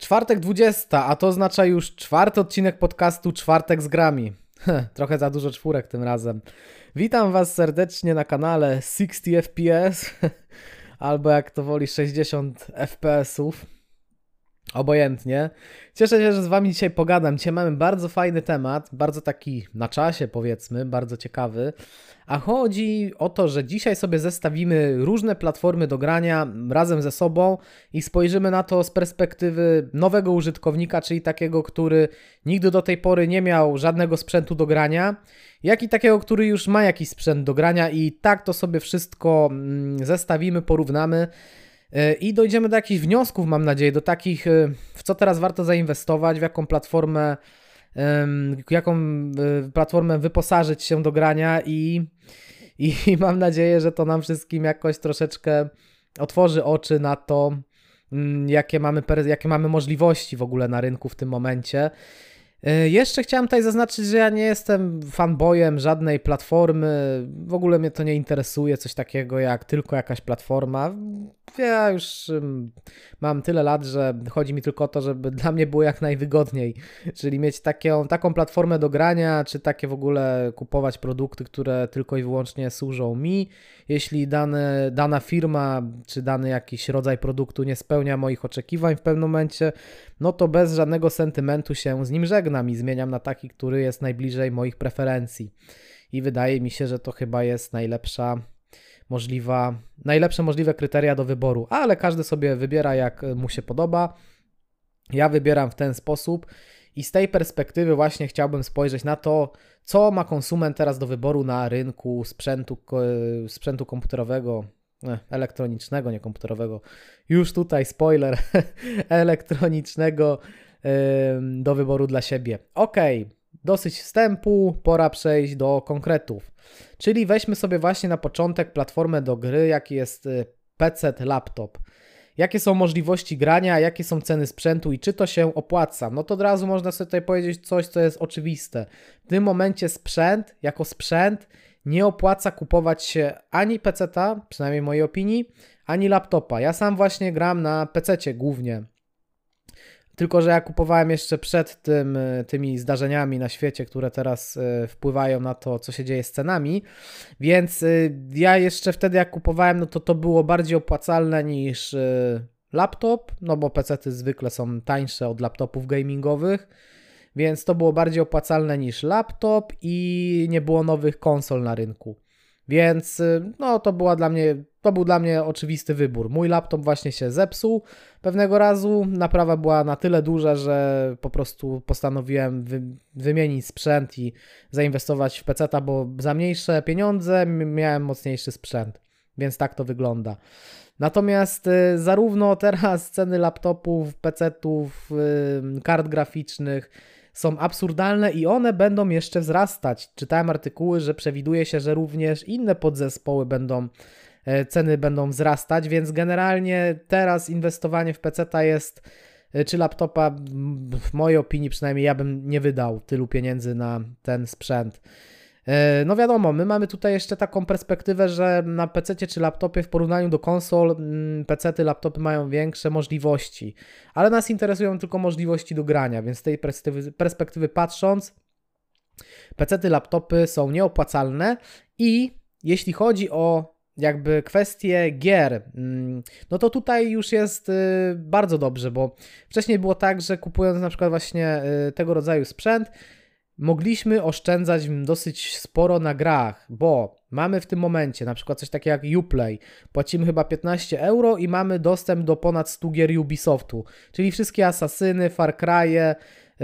Czwartek 20, a to oznacza już czwarty odcinek podcastu Czwartek z grami. Trochę za dużo czwórek tym razem. Witam Was serdecznie na kanale 60 FPS, albo jak to woli 60 FPS-ów. Obojętnie. Cieszę się, że z Wami dzisiaj pogadam. Dzisiaj mamy bardzo fajny temat, bardzo taki na czasie powiedzmy, bardzo ciekawy. A chodzi o to, że dzisiaj sobie zestawimy różne platformy do grania razem ze sobą i spojrzymy na to z perspektywy nowego użytkownika, czyli takiego, który nigdy do tej pory nie miał żadnego sprzętu do grania, jak i takiego, który już ma jakiś sprzęt do grania i tak to sobie wszystko zestawimy, porównamy. I dojdziemy do jakichś wniosków, mam nadzieję, do takich, w co teraz warto zainwestować, w jaką platformę wyposażyć się do grania i mam nadzieję, że to nam wszystkim jakoś troszeczkę otworzy oczy na to, jakie mamy możliwości w ogóle na rynku w tym momencie. Jeszcze chciałem tutaj zaznaczyć, że ja nie jestem fanboyem żadnej platformy, w ogóle mnie to nie interesuje, coś takiego jak tylko jakaś platforma. Ja już mam tyle lat, że chodzi mi tylko o to, żeby dla mnie było jak najwygodniej, czyli mieć taką platformę do grania, czy takie w ogóle kupować produkty, które tylko i wyłącznie służą mi. Jeśli dana firma, czy dany jakiś rodzaj produktu nie spełnia moich oczekiwań w pewnym momencie, no to bez żadnego sentymentu się z nim żegnam i zmieniam na taki, który jest najbliżej moich preferencji. I wydaje mi się, że to chyba jest najlepsze możliwe kryteria do wyboru, ale każdy sobie wybiera jak mu się podoba. Ja wybieram w ten sposób i z tej perspektywy właśnie chciałbym spojrzeć na to, co ma konsument teraz do wyboru na rynku sprzętu komputerowego, elektronicznego, nie komputerowego, już tutaj spoiler, elektronicznego do wyboru dla siebie. Okej, dosyć wstępu, pora przejść do konkretów. Czyli weźmy sobie właśnie na początek platformę do gry, jaki jest PC, laptop. Jakie są możliwości grania, jakie są ceny sprzętu i czy to się opłaca? No to od razu można sobie tutaj powiedzieć coś, co jest oczywiste. W tym momencie sprzęt, jako sprzęt, nie opłaca kupować się ani PC-ta, przynajmniej w mojej opinii, ani laptopa. Ja sam właśnie gram na PC-cie głównie. Tylko że ja kupowałem jeszcze przed tymi zdarzeniami na świecie, które teraz wpływają na to, co się dzieje z cenami, więc ja jeszcze wtedy jak kupowałem, no to było bardziej opłacalne niż laptop, no bo PC-ty zwykle są tańsze od laptopów gamingowych, więc to było bardziej opłacalne niż laptop i nie było nowych konsol na rynku. Więc no to był dla mnie oczywisty wybór. Mój laptop właśnie się zepsuł pewnego razu. Naprawa była na tyle duża, że po prostu postanowiłem wymienić sprzęt i zainwestować w PC-ta, bo za mniejsze pieniądze miałem mocniejszy sprzęt. Więc tak to wygląda. Natomiast zarówno teraz ceny laptopów, PC-ów, kart graficznych są absurdalne i one będą jeszcze wzrastać. Czytałem artykuły, że przewiduje się, że również inne podzespoły ceny będą wzrastać, więc generalnie teraz inwestowanie w PC-ta jest, czy laptopa, w mojej opinii przynajmniej ja bym nie wydał tylu pieniędzy na ten sprzęt. No wiadomo, my mamy tutaj jeszcze taką perspektywę, że na PC-cie czy laptopie w porównaniu do konsol PC-ty, laptopy mają większe możliwości, ale nas interesują tylko możliwości do grania, więc z tej perspektywy patrząc, PC-ty, laptopy są nieopłacalne i jeśli chodzi o jakby kwestie gier, no to tutaj już jest bardzo dobrze, bo wcześniej było tak, że kupując na przykład właśnie tego rodzaju sprzęt, mogliśmy oszczędzać dosyć sporo na grach, bo mamy w tym momencie na przykład coś takiego jak Uplay, płacimy chyba 15 euro i mamy dostęp do ponad 100 gier Ubisoftu, czyli wszystkie Asasyny, Far Cry'e,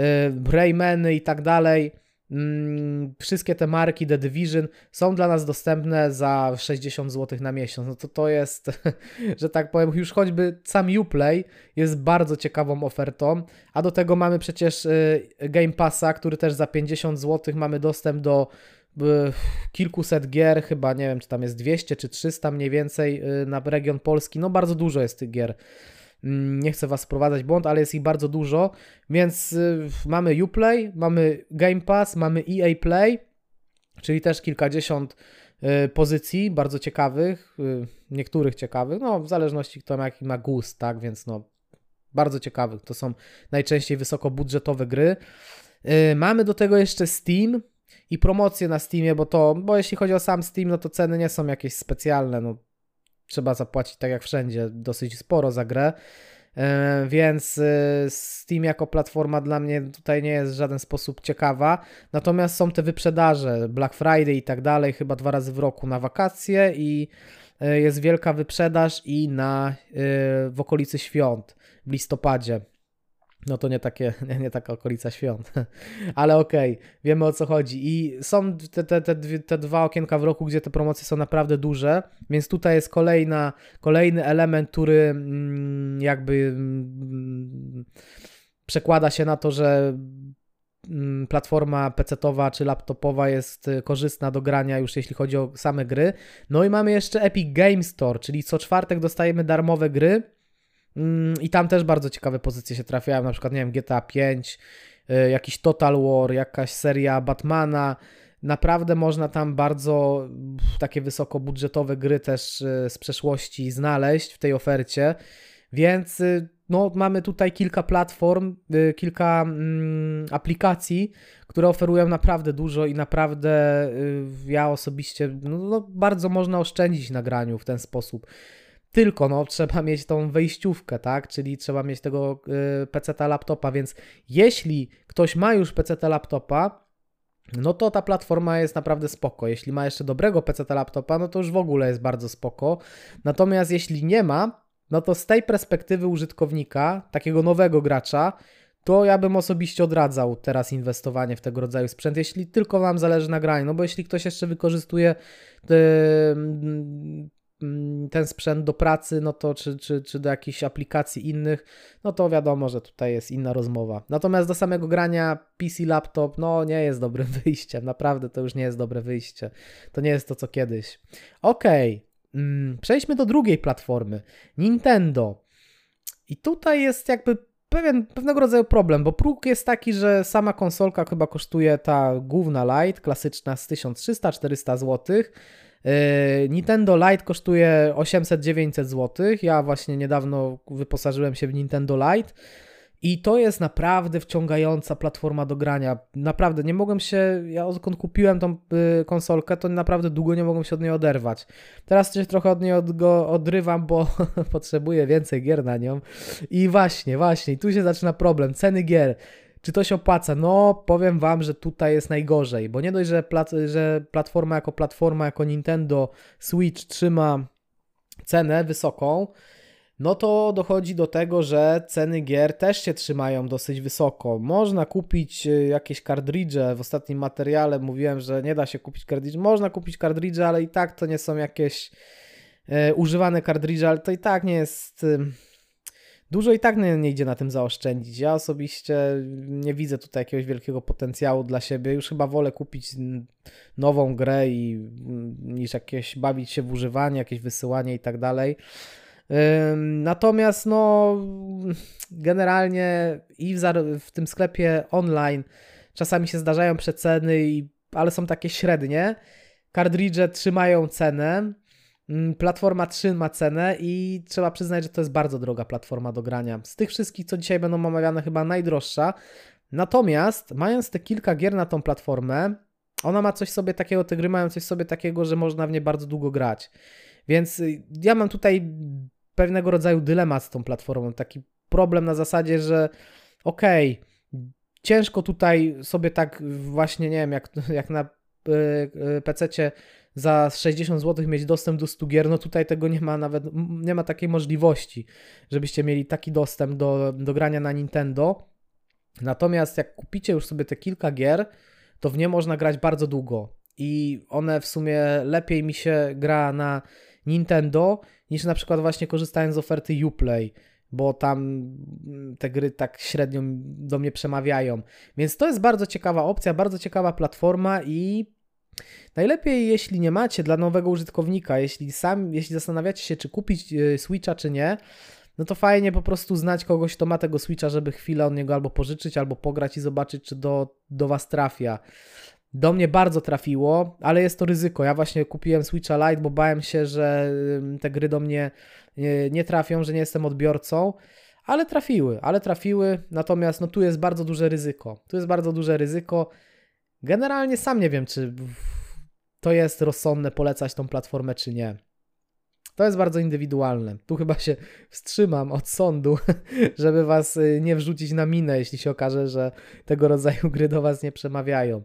Raymany i tak dalej. Wszystkie te marki The Division są dla nas dostępne za 60 zł na miesiąc. No to jest, że tak powiem, już choćby sam Uplay jest bardzo ciekawą ofertą, a do tego mamy przecież Game Passa, który też za 50 zł mamy dostęp do kilkuset gier, chyba nie wiem, czy tam jest 200 czy 300 mniej więcej na region Polski. No bardzo dużo jest tych gier. Nie chcę Was wprowadzać w błąd, ale jest ich bardzo dużo, więc mamy Uplay, mamy Game Pass, mamy EA Play, czyli też kilkadziesiąt pozycji bardzo ciekawych, niektórych ciekawych, no w zależności kto jaki ma gust, tak, więc no bardzo ciekawych. To są najczęściej wysokobudżetowe gry. Mamy do tego jeszcze Steam i promocje na Steamie, bo jeśli chodzi o sam Steam, no to ceny nie są jakieś specjalne, no trzeba zapłacić tak jak wszędzie dosyć sporo za grę, więc Steam jako platforma dla mnie tutaj nie jest w żaden sposób ciekawa, natomiast są te wyprzedaże, Black Friday i tak dalej, chyba 2 razy w roku na wakacje i jest wielka wyprzedaż i w okolicy świąt, w listopadzie. No to nie taka okolica świąt, ale okej, wiemy o co chodzi. I są te 2 okienka w roku, gdzie te promocje są naprawdę duże, więc tutaj jest kolejny element, który jakby przekłada się na to, że platforma PC-towa czy laptopowa jest korzystna do grania już jeśli chodzi o same gry. No i mamy jeszcze Epic Games Store, czyli co czwartek dostajemy darmowe gry. I tam też bardzo ciekawe pozycje się trafiają, na przykład, nie wiem, GTA 5, jakiś Total War, jakaś seria Batmana. Naprawdę można tam bardzo takie wysokobudżetowe gry też z przeszłości znaleźć w tej ofercie, więc no, mamy tutaj kilka platform, kilka aplikacji, które oferują naprawdę dużo i naprawdę ja osobiście, no, bardzo można oszczędzić na graniu w ten sposób. Tylko no, trzeba mieć tą wejściówkę, tak? Czyli trzeba mieć tego PC-ta laptopa, więc jeśli ktoś ma już PC-ta laptopa, no to ta platforma jest naprawdę spoko. Jeśli ma jeszcze dobrego PC-ta laptopa, no to już w ogóle jest bardzo spoko. Natomiast jeśli nie ma, no to z tej perspektywy użytkownika, takiego nowego gracza, to ja bym osobiście odradzał teraz inwestowanie w tego rodzaju sprzęt, jeśli tylko wam zależy na graniu. No bo jeśli ktoś jeszcze wykorzystuje ten sprzęt do pracy, no to czy do jakichś aplikacji innych, no to wiadomo, że tutaj jest inna rozmowa. Natomiast do samego grania PC, laptop, no nie jest dobrym wyjściem, naprawdę to już nie jest dobre wyjście. To nie jest to, co kiedyś. Okej, przejdźmy do drugiej platformy, Nintendo. I tutaj jest jakby pewnego rodzaju problem, bo próg jest taki, że sama konsolka chyba kosztuje ta główna Lite, klasyczna z 1300-400 zł. Nintendo Lite kosztuje 800-900 zł. Ja właśnie niedawno wyposażyłem się w Nintendo Lite i to jest naprawdę wciągająca platforma do grania. Naprawdę nie mogłem się, ja odkąd kupiłem tą konsolkę, to naprawdę długo nie mogłem się od niej oderwać. Teraz się trochę od niej odrywam, bo potrzebuję więcej gier na nią. I właśnie, tu się zaczyna problem. Ceny gier. Czy to się opłaca? No, powiem wam, że tutaj jest najgorzej, bo nie dość, że platforma, jako Nintendo Switch trzyma cenę wysoką, no to dochodzi do tego, że ceny gier też się trzymają dosyć wysoko. Można kupić jakieś kartridże, w ostatnim materiale mówiłem, że nie da się kupić kartridży. Można kupić kartridże, ale i tak to nie są jakieś używane kartridże, ale to i tak nie jest... Dużo i tak nie idzie na tym zaoszczędzić. Ja osobiście nie widzę tutaj jakiegoś wielkiego potencjału dla siebie. Już chyba wolę kupić nową grę niż jakieś bawić się w używanie, jakieś wysyłanie i tak dalej. Natomiast no generalnie i w tym sklepie online czasami się zdarzają przeceny, ale są takie średnie. Kartridże trzymają cenę. Platforma trzyma cenę i trzeba przyznać, że to jest bardzo droga platforma do grania. Z tych wszystkich, co dzisiaj będą omawiane, chyba najdroższa. Natomiast mając te kilka gier na tą platformę, ona ma coś sobie takiego, te gry mają coś sobie takiego, że można w nie bardzo długo grać. Więc ja mam tutaj pewnego rodzaju dylemat z tą platformą. Taki problem na zasadzie, że okej, ciężko tutaj sobie tak właśnie, nie wiem, jak na PC-cie za 60 zł mieć dostęp do 100 gier, no tutaj tego nie ma nawet, nie ma takiej możliwości, żebyście mieli taki dostęp do grania na Nintendo. Natomiast jak kupicie już sobie te kilka gier, to w nie można grać bardzo długo i one w sumie lepiej mi się gra na Nintendo niż na przykład właśnie korzystając z oferty Uplay, bo tam te gry tak średnio do mnie przemawiają. Więc to jest bardzo ciekawa opcja, bardzo ciekawa platforma i najlepiej, jeśli nie macie dla nowego użytkownika, jeśli zastanawiacie się, czy kupić Switcha, czy nie, no to fajnie po prostu znać kogoś, kto ma tego Switcha, żeby chwilę od niego albo pożyczyć, albo pograć i zobaczyć, czy do was trafia. Do mnie bardzo trafiło, ale jest to ryzyko. Ja właśnie kupiłem Switcha Lite, bo bałem się, że te gry do mnie nie trafią, że nie jestem odbiorcą, ale trafiły, natomiast no tu jest bardzo duże ryzyko. Generalnie sam nie wiem, czy to jest rozsądne polecać tą platformę, czy nie. To jest bardzo indywidualne. Tu chyba się wstrzymam od sądu, żeby was nie wrzucić na minę, jeśli się okaże, że tego rodzaju gry do was nie przemawiają.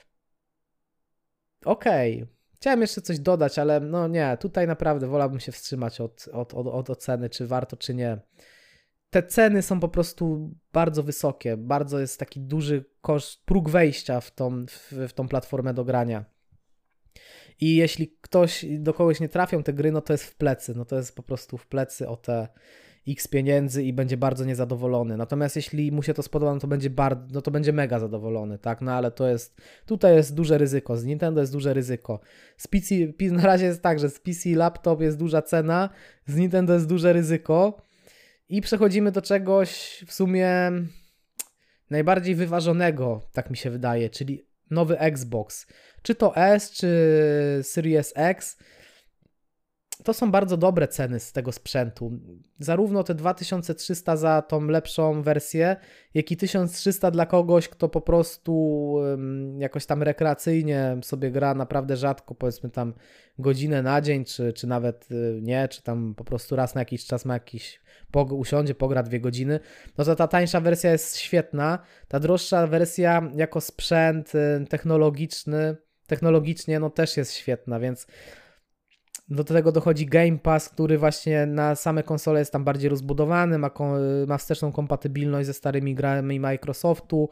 Okej. Chciałem jeszcze coś dodać, ale no nie, tutaj naprawdę wolałbym się wstrzymać od oceny, czy warto, czy nie. Te ceny są po prostu bardzo wysokie, bardzo jest taki duży koszt, próg wejścia w tą platformę do grania. I jeśli do kogoś nie trafią te gry, no to jest w plecy, no to jest po prostu w plecy o te x pieniędzy i będzie bardzo niezadowolony. Natomiast jeśli mu się to spodoba, no to będzie mega zadowolony, tak? No ale tutaj jest duże ryzyko, z Nintendo jest duże ryzyko. Z PC, na razie jest tak, że z PC laptop jest duża cena, z Nintendo jest duże ryzyko i przechodzimy do czegoś w sumie najbardziej wyważonego, tak mi się wydaje, czyli nowy Xbox. Czy to S, czy Series X, to są bardzo dobre ceny z tego sprzętu. Zarówno te 2300 za tą lepszą wersję, jak i 1300 dla kogoś, kto po prostu jakoś tam rekreacyjnie sobie gra naprawdę rzadko, powiedzmy tam godzinę na dzień, czy nawet nie, czy tam po prostu raz na jakiś czas usiądzie, pogra 2 godziny, no to ta tańsza wersja jest świetna. Ta droższa wersja jako sprzęt technologicznie no też jest świetna, więc do tego dochodzi Game Pass, który właśnie na same konsole jest tam bardziej rozbudowany, ma wsteczną kompatybilność ze starymi grami Microsoftu.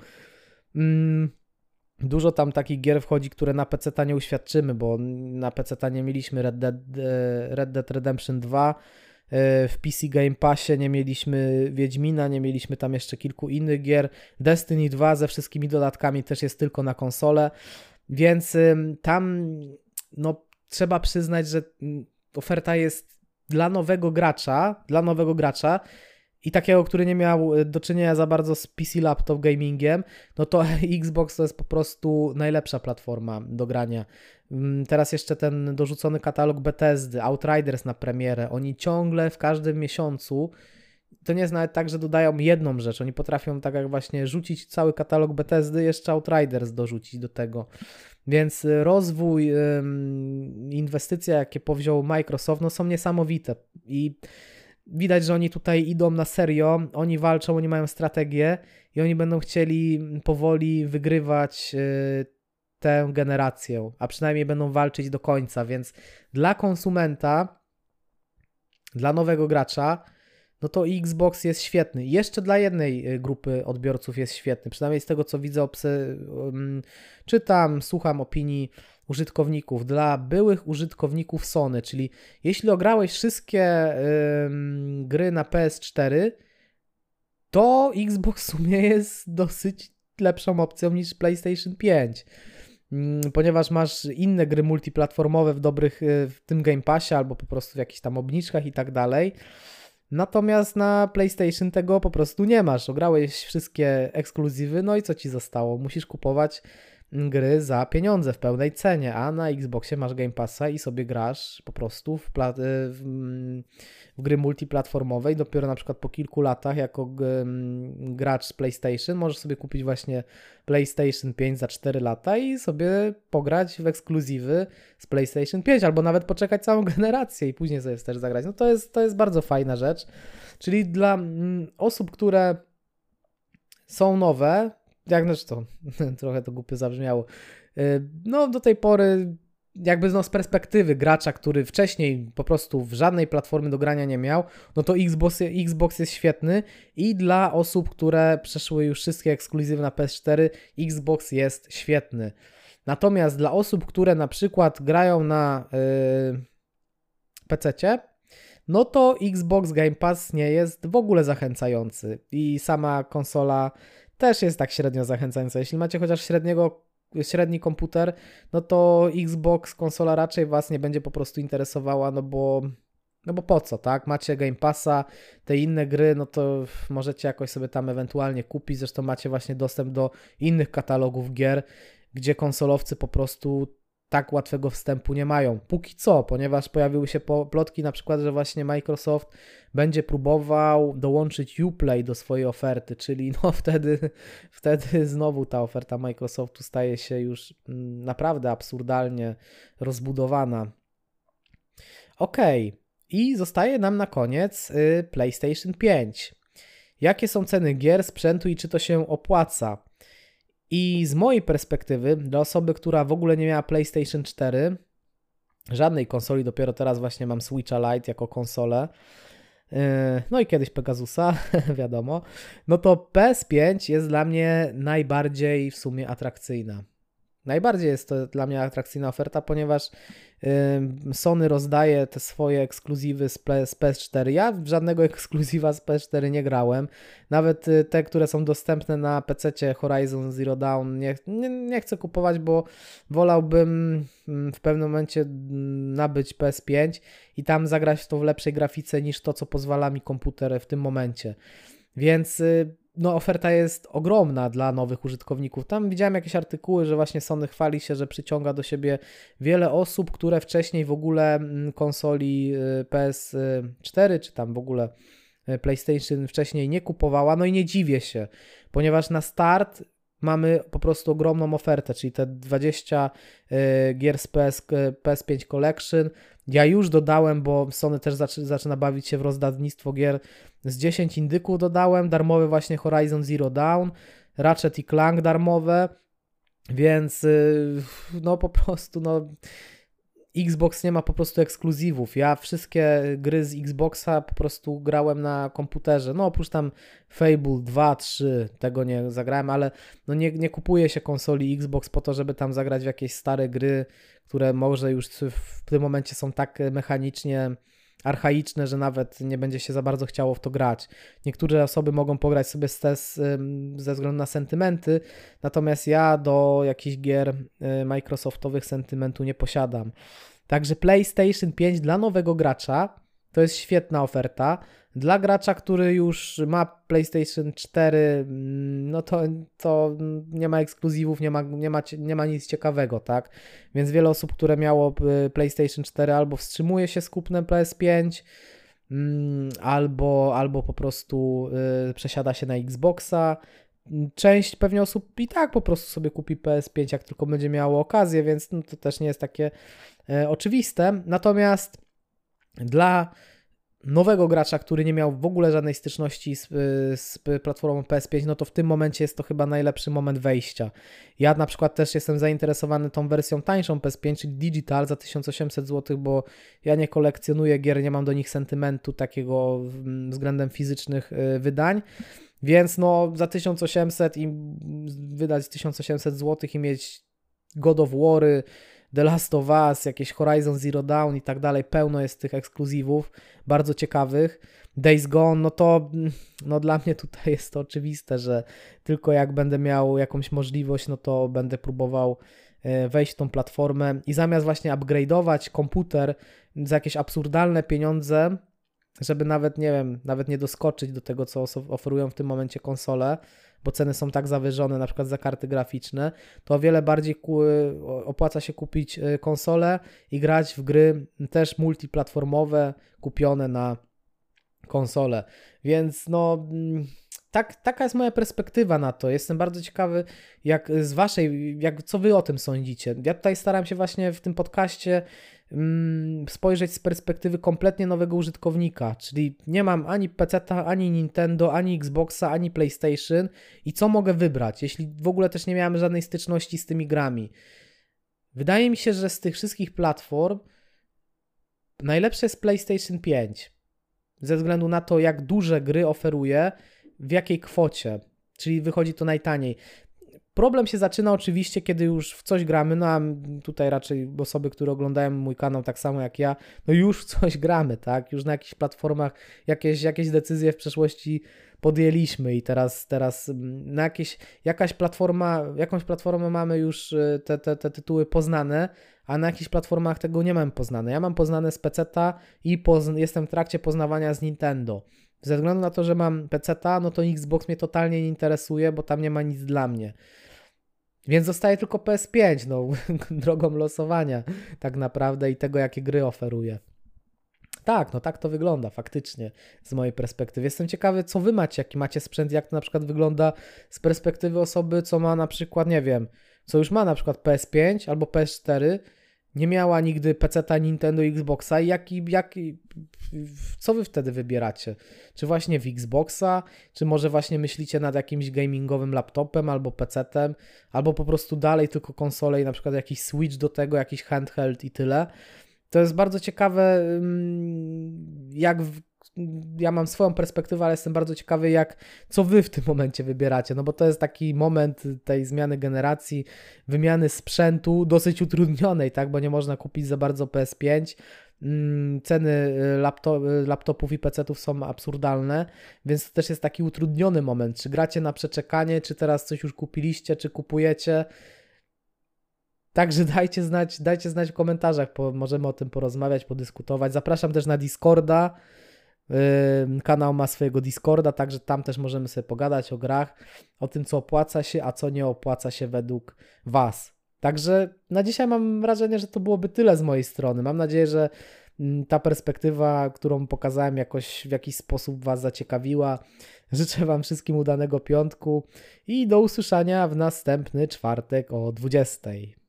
Dużo tam takich gier wchodzi, które na PC-ta nie uświadczymy, bo na PC-ta nie mieliśmy Red Dead Redemption 2, w PC Game Passie nie mieliśmy Wiedźmina, nie mieliśmy tam jeszcze kilku innych gier. Destiny 2 ze wszystkimi dodatkami też jest tylko na konsolę, więc tam no trzeba przyznać, że oferta jest dla nowego gracza i takiego, który nie miał do czynienia za bardzo z PC laptop gamingiem, no to Xbox to jest po prostu najlepsza platforma do grania. Teraz jeszcze ten dorzucony katalog Bethesdy, Outriders na premierę, oni ciągle w każdym miesiącu, to nie jest nawet tak, że dodają jedną rzecz, oni potrafią tak jak właśnie rzucić cały katalog Bethesdy, jeszcze Outriders dorzucić do tego. Więc rozwój, inwestycje, jakie powziął Microsoft, no są niesamowite i widać, że oni tutaj idą na serio, oni walczą, oni mają strategię i oni będą chcieli powoli wygrywać tę generację, a przynajmniej będą walczyć do końca, więc dla konsumenta, dla nowego gracza, no to Xbox jest świetny. Jeszcze dla jednej grupy odbiorców jest świetny, przynajmniej z tego, co widzę, czytam, słucham opinii użytkowników. Dla byłych użytkowników Sony, czyli jeśli ograłeś wszystkie gry na PS4, to Xbox w sumie jest dosyć lepszą opcją niż PlayStation 5. Ponieważ masz inne gry multiplatformowe w tym Game Passie albo po prostu w jakichś tam obniżkach i tak dalej. Natomiast na PlayStation tego po prostu nie masz. Ograłeś wszystkie ekskluzywy, no i co ci zostało? Musisz kupować gry za pieniądze w pełnej cenie, a na Xboxie masz Game Passa i sobie grasz po prostu w gry multiplatformowe i dopiero na przykład po kilku latach jako gracz z PlayStation możesz sobie kupić właśnie PlayStation 5 za 4 lata i sobie pograć w ekskluzywy z PlayStation 5 albo nawet poczekać całą generację i później sobie też zagrać. No to jest bardzo fajna rzecz, czyli dla osób, które są nowe, jak to trochę to głupio zabrzmiało, no do tej pory jakby no z perspektywy gracza, który wcześniej po prostu w żadnej platformy do grania nie miał, no to Xbox jest świetny i dla osób, które przeszły już wszystkie ekskluzywy na PS4, Xbox jest świetny. Natomiast dla osób, które na przykład grają na PC-cie, no to Xbox Game Pass nie jest w ogóle zachęcający i sama konsola też jest tak średnio zachęcająca. Jeśli macie chociaż średni komputer, no to Xbox konsola raczej was nie będzie po prostu interesowała, no bo po co, tak? Macie Game Passa, te inne gry, no to możecie jakoś sobie tam ewentualnie kupić, zresztą macie właśnie dostęp do innych katalogów gier, gdzie konsolowcy po prostu tak łatwego wstępu nie mają. Póki co, ponieważ pojawiły się plotki na przykład, że właśnie Microsoft będzie próbował dołączyć Uplay do swojej oferty, czyli no wtedy znowu ta oferta Microsoftu staje się już naprawdę absurdalnie rozbudowana. Okej. I zostaje nam na koniec PlayStation 5. Jakie są ceny gier, sprzętu i czy to się opłaca? I z mojej perspektywy, dla osoby, która w ogóle nie miała PlayStation 4, żadnej konsoli, dopiero teraz właśnie mam Switcha Lite jako konsolę, no i kiedyś Pegasusa, wiadomo, no to PS5 jest dla mnie najbardziej w sumie atrakcyjna. Najbardziej jest to dla mnie atrakcyjna oferta, ponieważ Sony rozdaje te swoje ekskluzywy z PS4. Ja w żadnego ekskluzywa z PS4 nie grałem. Nawet te, które są dostępne na PC-cie Horizon Zero Dawn nie chcę kupować, bo wolałbym w pewnym momencie nabyć PS5 i tam zagrać w to w lepszej grafice niż to, co pozwala mi komputer w tym momencie. Więc no, oferta jest ogromna dla nowych użytkowników. Tam widziałem jakieś artykuły, że właśnie Sony chwali się, że przyciąga do siebie wiele osób, które wcześniej w ogóle konsoli PS4 czy tam w ogóle PlayStation wcześniej nie kupowała. No i nie dziwię się, ponieważ na start mamy po prostu ogromną ofertę, czyli te 20 gier z PS5 Collection. Ja już dodałem, bo Sony też zaczyna bawić się w rozdawnictwo gier. Z 10 indyków dodałem, darmowy właśnie Horizon Zero Dawn, Ratchet i Clank darmowe, więc no po prostu no Xbox nie ma po prostu ekskluzywów. Ja wszystkie gry z Xboxa po prostu grałem na komputerze. No oprócz tam Fable 2, 3, tego nie zagrałem, ale no nie kupuje się konsoli Xbox po to, żeby tam zagrać w jakieś stare gry, które może już w tym momencie są tak mechanicznie archaiczne, że nawet nie będzie się za bardzo chciało w to grać. Niektóre osoby mogą pograć sobie ze względu na sentymenty, natomiast ja do jakichś gier Microsoftowych sentymentu nie posiadam. Także PlayStation 5 dla nowego gracza to jest świetna oferta. Dla gracza, który już ma PlayStation 4, no to nie ma ekskluzywów, nie ma nic ciekawego, tak? Więc wiele osób, które miało PlayStation 4 albo wstrzymuje się z kupnem PS5, albo po prostu przesiada się na Xboxa. Część pewnie osób i tak po prostu sobie kupi PS5, jak tylko będzie miało okazję, więc no, to też nie jest takie oczywiste. Natomiast dla nowego gracza, który nie miał w ogóle żadnej styczności z platformą PS5, no to w tym momencie jest to chyba najlepszy moment wejścia. Ja na przykład też jestem zainteresowany tą wersją tańszą PS5, czyli Digital za 1800 zł, bo ja nie kolekcjonuję gier, nie mam do nich sentymentu takiego względem fizycznych wydań, więc no za 1800 i wydać 1800 zł i mieć God of War'y, The Last of Us, jakieś Horizon Zero Dawn i tak dalej, pełno jest tych ekskluzywów, bardzo ciekawych. Days Gone, no to no dla mnie tutaj jest to oczywiste, że tylko jak będę miał jakąś możliwość, no to będę próbował wejść w tą platformę i zamiast właśnie upgrade'ować komputer za jakieś absurdalne pieniądze, żeby nawet, nie wiem, nawet nie doskoczyć do tego, co oferują w tym momencie konsole, bo ceny są tak zawyżone, na przykład za karty graficzne, to o wiele bardziej opłaca się kupić konsolę i grać w gry też multiplatformowe, kupione na konsolę. Więc no, taka jest moja perspektywa na to. Jestem bardzo ciekawy, co wy o tym sądzicie. Ja tutaj staram się właśnie w tym podcaście spojrzeć z perspektywy kompletnie nowego użytkownika, czyli nie mam ani PC-ta, ani Nintendo, ani Xboxa, ani PlayStation i co mogę wybrać, jeśli w ogóle też nie miałem żadnej styczności z tymi grami. Wydaje mi się, że z tych wszystkich platform najlepsze jest PlayStation 5, ze względu na to, jak duże gry oferuje, w jakiej kwocie, czyli wychodzi to najtaniej. Problem się zaczyna oczywiście, kiedy już w coś gramy, no a tutaj raczej osoby, które oglądają mój kanał tak samo jak ja, no już w coś gramy, tak? Już na jakichś platformach jakieś decyzje w przeszłości podjęliśmy i teraz na jakąś platformę mamy już te tytuły poznane, a na jakichś platformach tego nie mam poznane. Ja mam poznane z PC-ta i jestem w trakcie poznawania z Nintendo. Ze względu na to, że mam PC-ta, no to Xbox mnie totalnie nie interesuje, bo tam nie ma nic dla mnie. Więc zostaje tylko PS5, no drogą losowania tak naprawdę i tego, jakie gry oferuje. Tak, no tak to wygląda faktycznie z mojej perspektywy. Jestem ciekawy, co wy macie, jaki macie sprzęt, jak to na przykład wygląda z perspektywy osoby, co ma na przykład, nie wiem, co już ma na przykład PS5 albo PS4, nie miała nigdy PC-ta, Nintendo, Xboxa i co wy wtedy wybieracie? Czy właśnie w Xboxa, czy może właśnie myślicie nad jakimś gamingowym laptopem albo PC-tem, albo po prostu dalej tylko konsolę i na przykład jakiś Switch do tego, jakiś handheld i tyle. To jest bardzo ciekawe, ja mam swoją perspektywę, ale jestem bardzo ciekawy, co wy w tym momencie wybieracie, no bo to jest taki moment tej zmiany generacji, wymiany sprzętu dosyć utrudnionej, tak, bo nie można kupić za bardzo PS5, ceny laptopów i PC-ów są absurdalne, więc to też jest taki utrudniony moment, czy gracie na przeczekanie, czy teraz coś już kupiliście, czy kupujecie. Także dajcie znać w komentarzach, możemy o tym porozmawiać, podyskutować. Zapraszam też na Discorda. Kanał ma swojego Discorda, także tam też możemy sobie pogadać o grach, o tym, co opłaca się, a co nie opłaca się według Was. Także na dzisiaj mam wrażenie, że to byłoby tyle z mojej strony. Mam nadzieję, że ta perspektywa, którą pokazałem, jakoś w jakiś sposób Was zaciekawiła. Życzę Wam wszystkim udanego piątku i do usłyszenia w następny czwartek o 20:00.